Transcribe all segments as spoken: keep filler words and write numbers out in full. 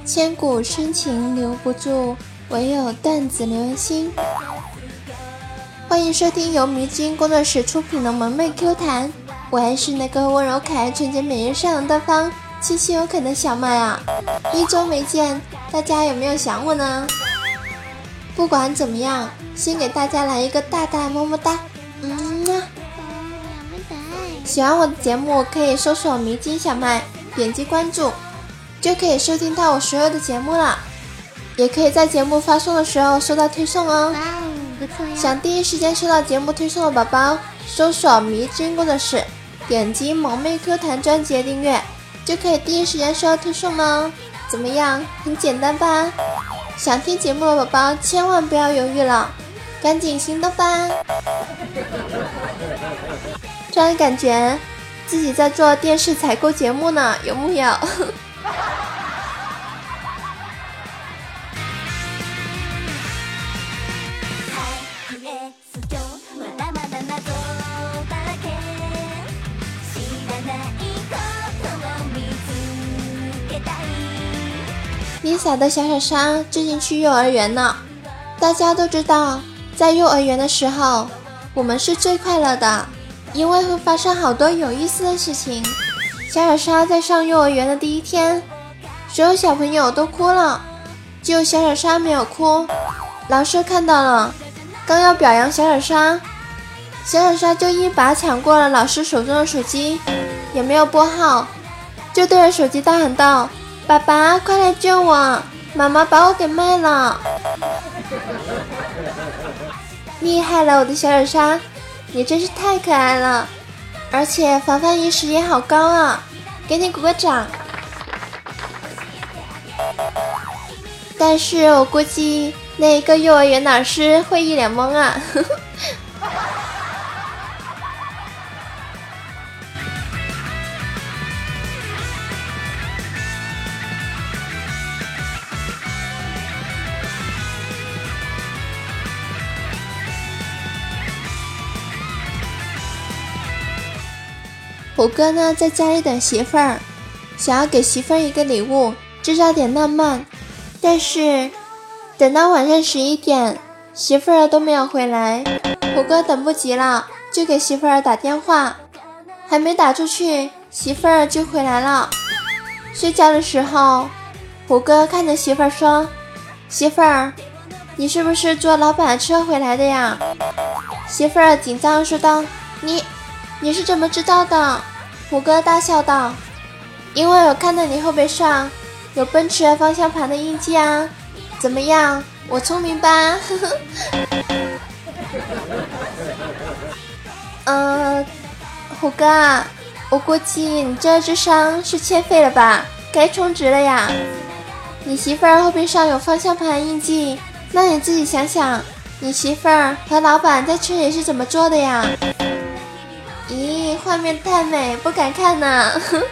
千古深情留不住，唯有断子留心。欢迎收听由迷之音工作室出品的萌妹 Q 弹，我还是那个温柔可爱、纯洁美人、善良大方、清新有可的小麦啊！一周没见，大家有没有想我呢？不管怎么样，先给大家来一个大大么么哒，嗯啊！喜欢我的节目可以搜索迷之音小麦，点击关注，就可以收听到我所有的节目了。也可以在节目发送的时候收到推送哦。 不错呀！ 想第一时间收到节目推送的宝宝，搜索迷之音工作室，点击萌妹 Q 弹专辑的订阅，就可以第一时间收到推送呢。怎么样？很简单吧？想听节目的宝宝千万不要犹豫了，赶紧行动吧！突然感觉自己在做电视采购节目呢，有木有？Lisa 的小小莎最近去幼儿园了。大家都知道，在幼儿园的时候，我们是最快乐的，因为会发生好多有意思的事情。小小莎在上幼儿园的第一天，所有小朋友都哭了，只有小小莎没有哭。老师看到了，刚要表扬小小莎，小小莎就一把抢过了老师手中的手机，也没有拨号，就对着手机大喊道：爸爸，快来救我！妈妈把我给卖了！厉害了，我的小小莎，你真是太可爱了，而且防范意识也好高啊，给你鼓个掌。但是我估计那一个幼儿园老师会一脸懵啊。虎哥呢，在家里等媳妇儿，想要给媳妇儿一个礼物，制造点浪漫。但是等到晚上十一点，媳妇儿都没有回来，虎哥等不及了，就给媳妇儿打电话，还没打出去，媳妇儿就回来了。睡觉的时候，虎哥看着媳妇儿说：媳妇儿，你是不是坐老板的车回来的呀？媳妇儿紧张说道：你你是怎么知道的？虎哥大笑道：因为我看到你后背上有奔驰方向盘的印记啊，怎么样，我聪明吧？嗯、呃，虎哥啊，我估计你这智商是欠费了吧，该充值了呀。你媳妇儿后背上有方向盘印记，那你自己想想，你媳妇儿和老板在车里是怎么做的呀？咦，画面太美，不敢看呢。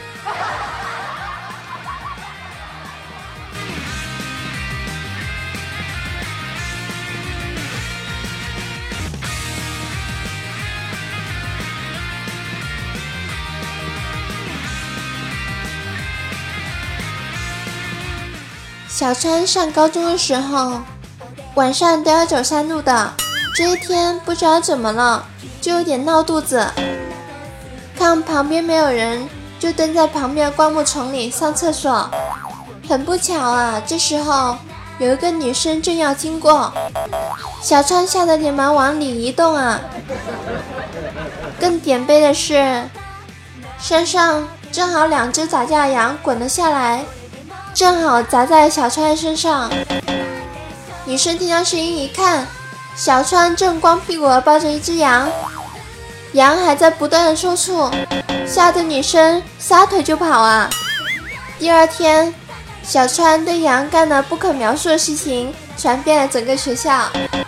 小川上高中的时候，晚上都要走山路的，这一天不知道怎么了，就有点闹肚子。看旁边没有人，就蹲在旁边的灌木丛里上厕所。很不巧啊，这时候有一个女生正要经过，小川吓得连忙往里移动啊。更点背的是，山上正好两只打架羊滚了下来，正好砸在小川的身上。女生听到声音一看，小川正光屁股抱着一只羊，羊还在不断的抽搐，吓得女生撒腿就跑啊。第二天，小川对羊干了不可描述的事情传遍了整个学校。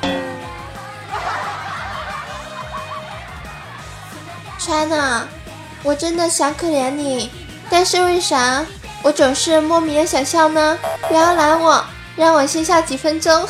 川啊，我真的想可怜你，但是为啥我总是莫名的想笑呢？不要拦我，让我先笑几分钟。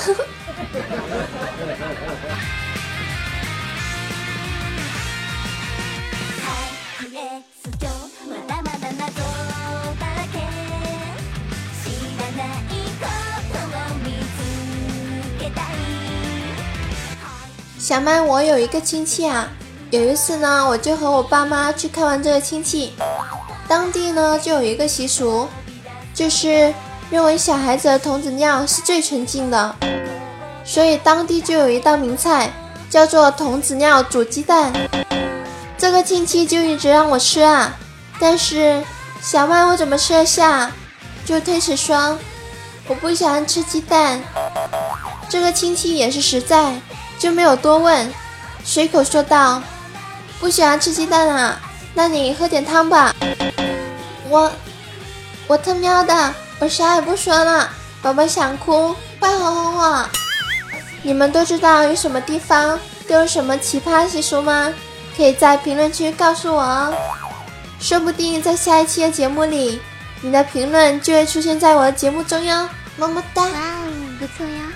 小麦，我有一个亲戚啊，有一次呢，我就和我爸妈去看望这个亲戚，当地呢就有一个习俗，就是认为小孩子的童子尿是最纯净的，所以当地就有一道名菜叫做童子尿煮鸡蛋。这个亲戚就一直让我吃啊，但是小麦我怎么吃得下，就推辞说我不喜欢吃鸡蛋。这个亲戚也是实在，就没有多问，随口说道，不喜欢吃鸡蛋啊，那你喝点汤吧。我我他喵的，我啥也不说了，宝宝想哭，快哄哄我。你们都知道有什么地方都有什么奇葩习俗吗？可以在评论区告诉我哦，说不定在下一期的节目里，你的评论就会出现在我的节目中哟，么么哒。 哇哦，不错呀。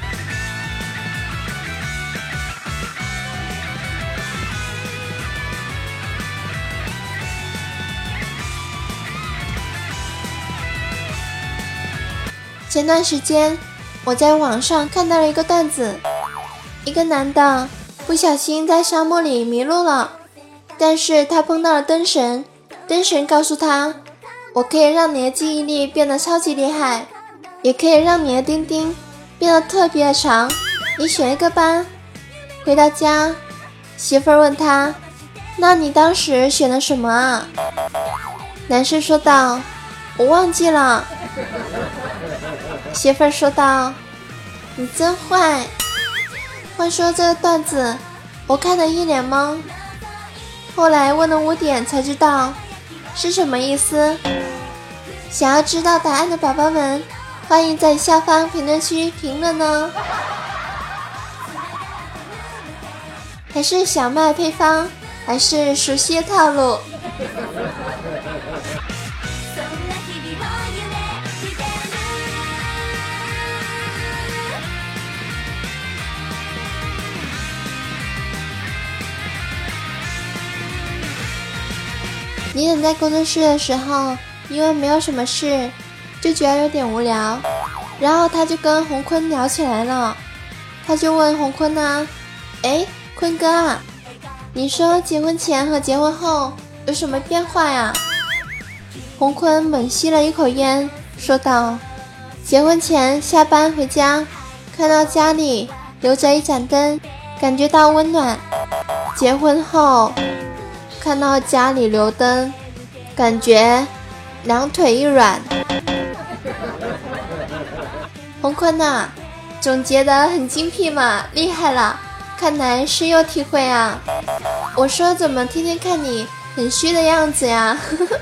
前段时间我在网上看到了一个段子，一个男的不小心在沙漠里迷路了，但是他碰到了灯神，灯神告诉他，我可以让你的记忆力变得超级厉害，也可以让你的丁丁变得特别的长，你选一个吧。回到家，媳妇儿问他，那你当时选的什么啊？男生说道，我忘记了。媳妇儿说道，你真坏。话说这个段子我看得一脸懵，后来问了污点才知道是什么意思。想要知道答案的宝宝们，欢迎在下方评论区评论哦。还是小麦配方，还是熟悉的套路。你等在工作室的时候，因为没有什么事，就觉得有点无聊，然后他就跟洪坤聊起来了。他就问洪坤啊，哎，坤哥啊，你说结婚前和结婚后有什么变化呀？洪坤猛吸了一口烟，说道，结婚前下班回家，看到家里留着一盏灯，感觉到温暖，结婚后看到家里留灯，感觉两腿一软。洪坤啊，总结得很精辟嘛，厉害了，看来深有体会啊。我说怎么天天看你很虚的样子呀？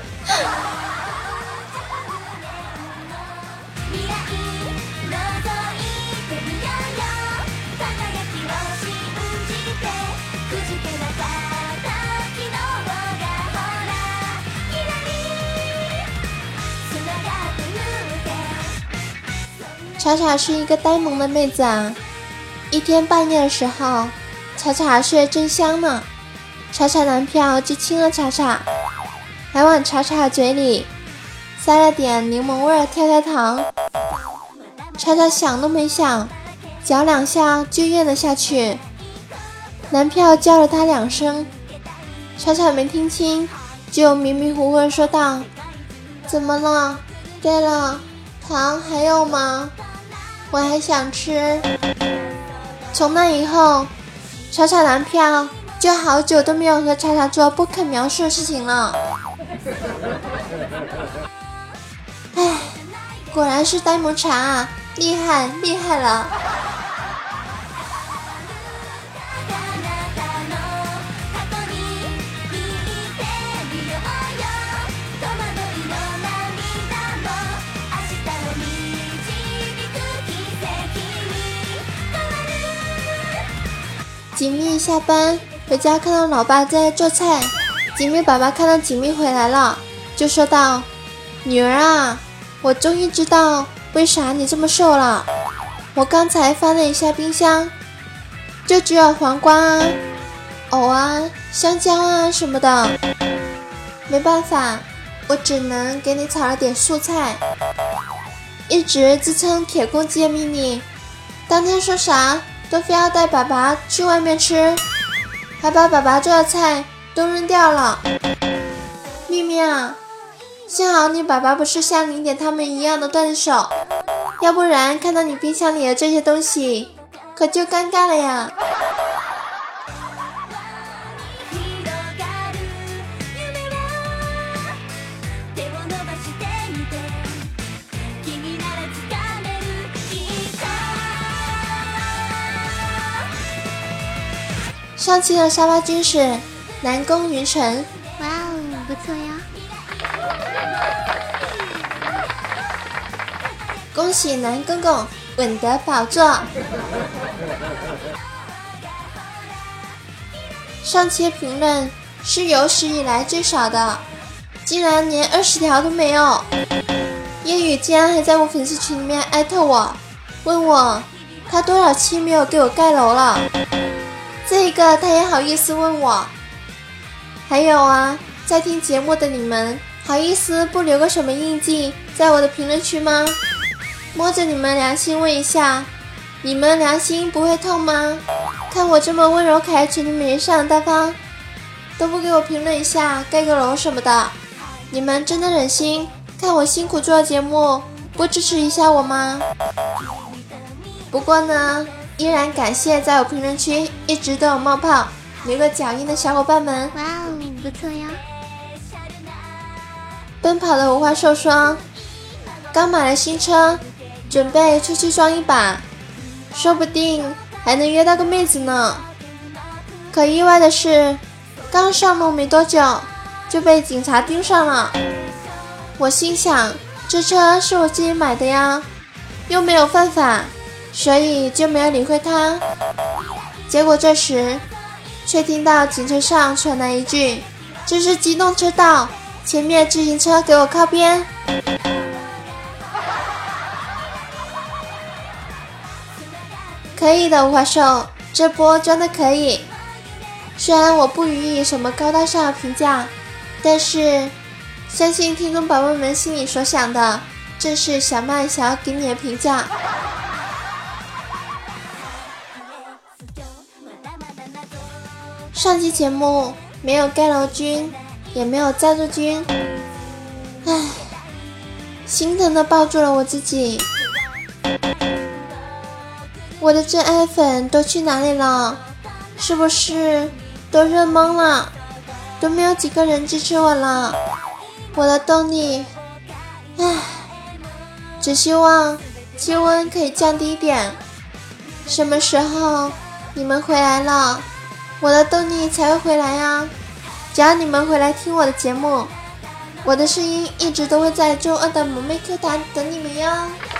茶茶是一个呆萌的妹子啊。一天半夜的时候，茶茶睡得正香呢，茶茶男票就亲了茶茶，还往茶茶嘴里塞了点柠檬味跳跳糖。茶茶想都没想，嚼两下就咽了下去。男票叫了他两声，茶茶没听清，就迷迷糊糊地说道，怎么了？对了，糖还有吗？我还想吃。从那以后，茶茶男票就好久都没有和茶茶做不可描述的事情了。唉，果然是呆萌茶啊，厉害厉害了。锦觅下班回家，看到老爸在做菜。锦觅爸爸看到锦觅回来了，就说道，女儿啊，我终于知道为啥你这么瘦了。我刚才翻了一下冰箱，就只有黄瓜啊、藕啊、香蕉啊什么的，没办法，我只能给你炒了点素菜。一直自称铁公鸡的秘密，当天说啥都非要带爸爸去外面吃，还把爸爸做的菜都扔掉了。咪咪啊，幸好你爸爸不是像零点他们一样的断手，要不然看到你冰箱里的这些东西，可就尴尬了呀。上期的沙发君是南宫云晨， 哇哦，不错呀！ 恭喜南公公稳得宝座。上期的评论是有史以来最少的，竟然连二十条都没有。叶雨竟然还在我粉丝群里面艾特我，问我他多少期没有给我盖楼了。这个他也好意思问我。还有啊，在听节目的你们好意思不留个什么印记在我的评论区吗？摸着你们良心问一下，你们良心不会痛吗？看我这么温柔可爱，群里面上大方，都不给我评论一下盖个楼什么的，你们真的忍心看我辛苦做节目不支持一下我吗？不过呢，依然感谢在我评论区一直都有冒泡留个脚印的小伙伴们。 哇哦，不错呀！ 奔跑的无花兽说，刚买了新车，准备出去装一把，说不定还能约到个妹子呢。可意外的是，刚上路没多久就被警察盯上了。我心想，这车是我自己买的呀，又没有犯法，所以就没有理会他。结果这时却听到警车上传来一句，这是机动车道，前面自行车给我靠边。可以的，无花兽，这波装的可以。虽然我不予以什么高大上的评价，但是相信听众宝宝们心里所想的正是小麦想要给你的评价。上期节目没有盖楼君，也没有赞助君，唉，心疼的抱住了我自己。我的真爱粉都去哪里了？是不是都热懵了？都没有几个人支持我了。我的动力，唉，只希望气温可以降低一点。什么时候你们回来了，我的动力才会回来啊！只要你们回来听我的节目，我的声音一直都会在周二的萌妹 Q 弹等你们哟。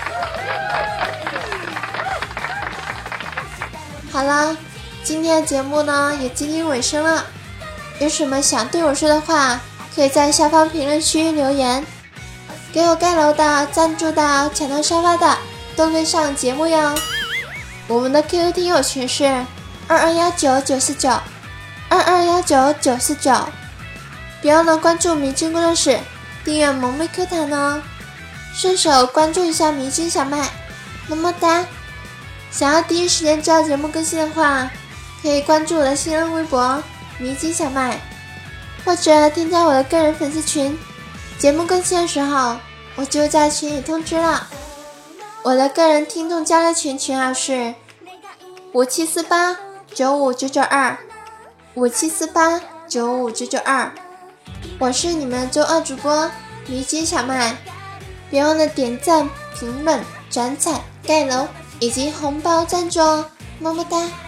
好了，今天的节目呢也接近尾声了，有什么想对我说的话，可以在下方评论区留言。给我盖楼的、赞助的、抢到沙发的都会上节目哟。我们的 Q Q 听友群是二二幺九九四九二二幺九九四九，别忘了关注迷津工作室，订阅萌妹 Q 弹哦，顺手关注一下迷津小麦，么么哒。想要第一时间知道节目更新的话，可以关注我的新浪微博迷津小麦，或者添加我的个人粉丝群，节目更新的时候我就在群里通知了。我的个人听众交流群群号是五七四八九五九九二五七四八九五九九二，我是你们周二主播迷津小麦，别忘了点赞、评论、转采、盖楼以及红包赞助哦，么么哒。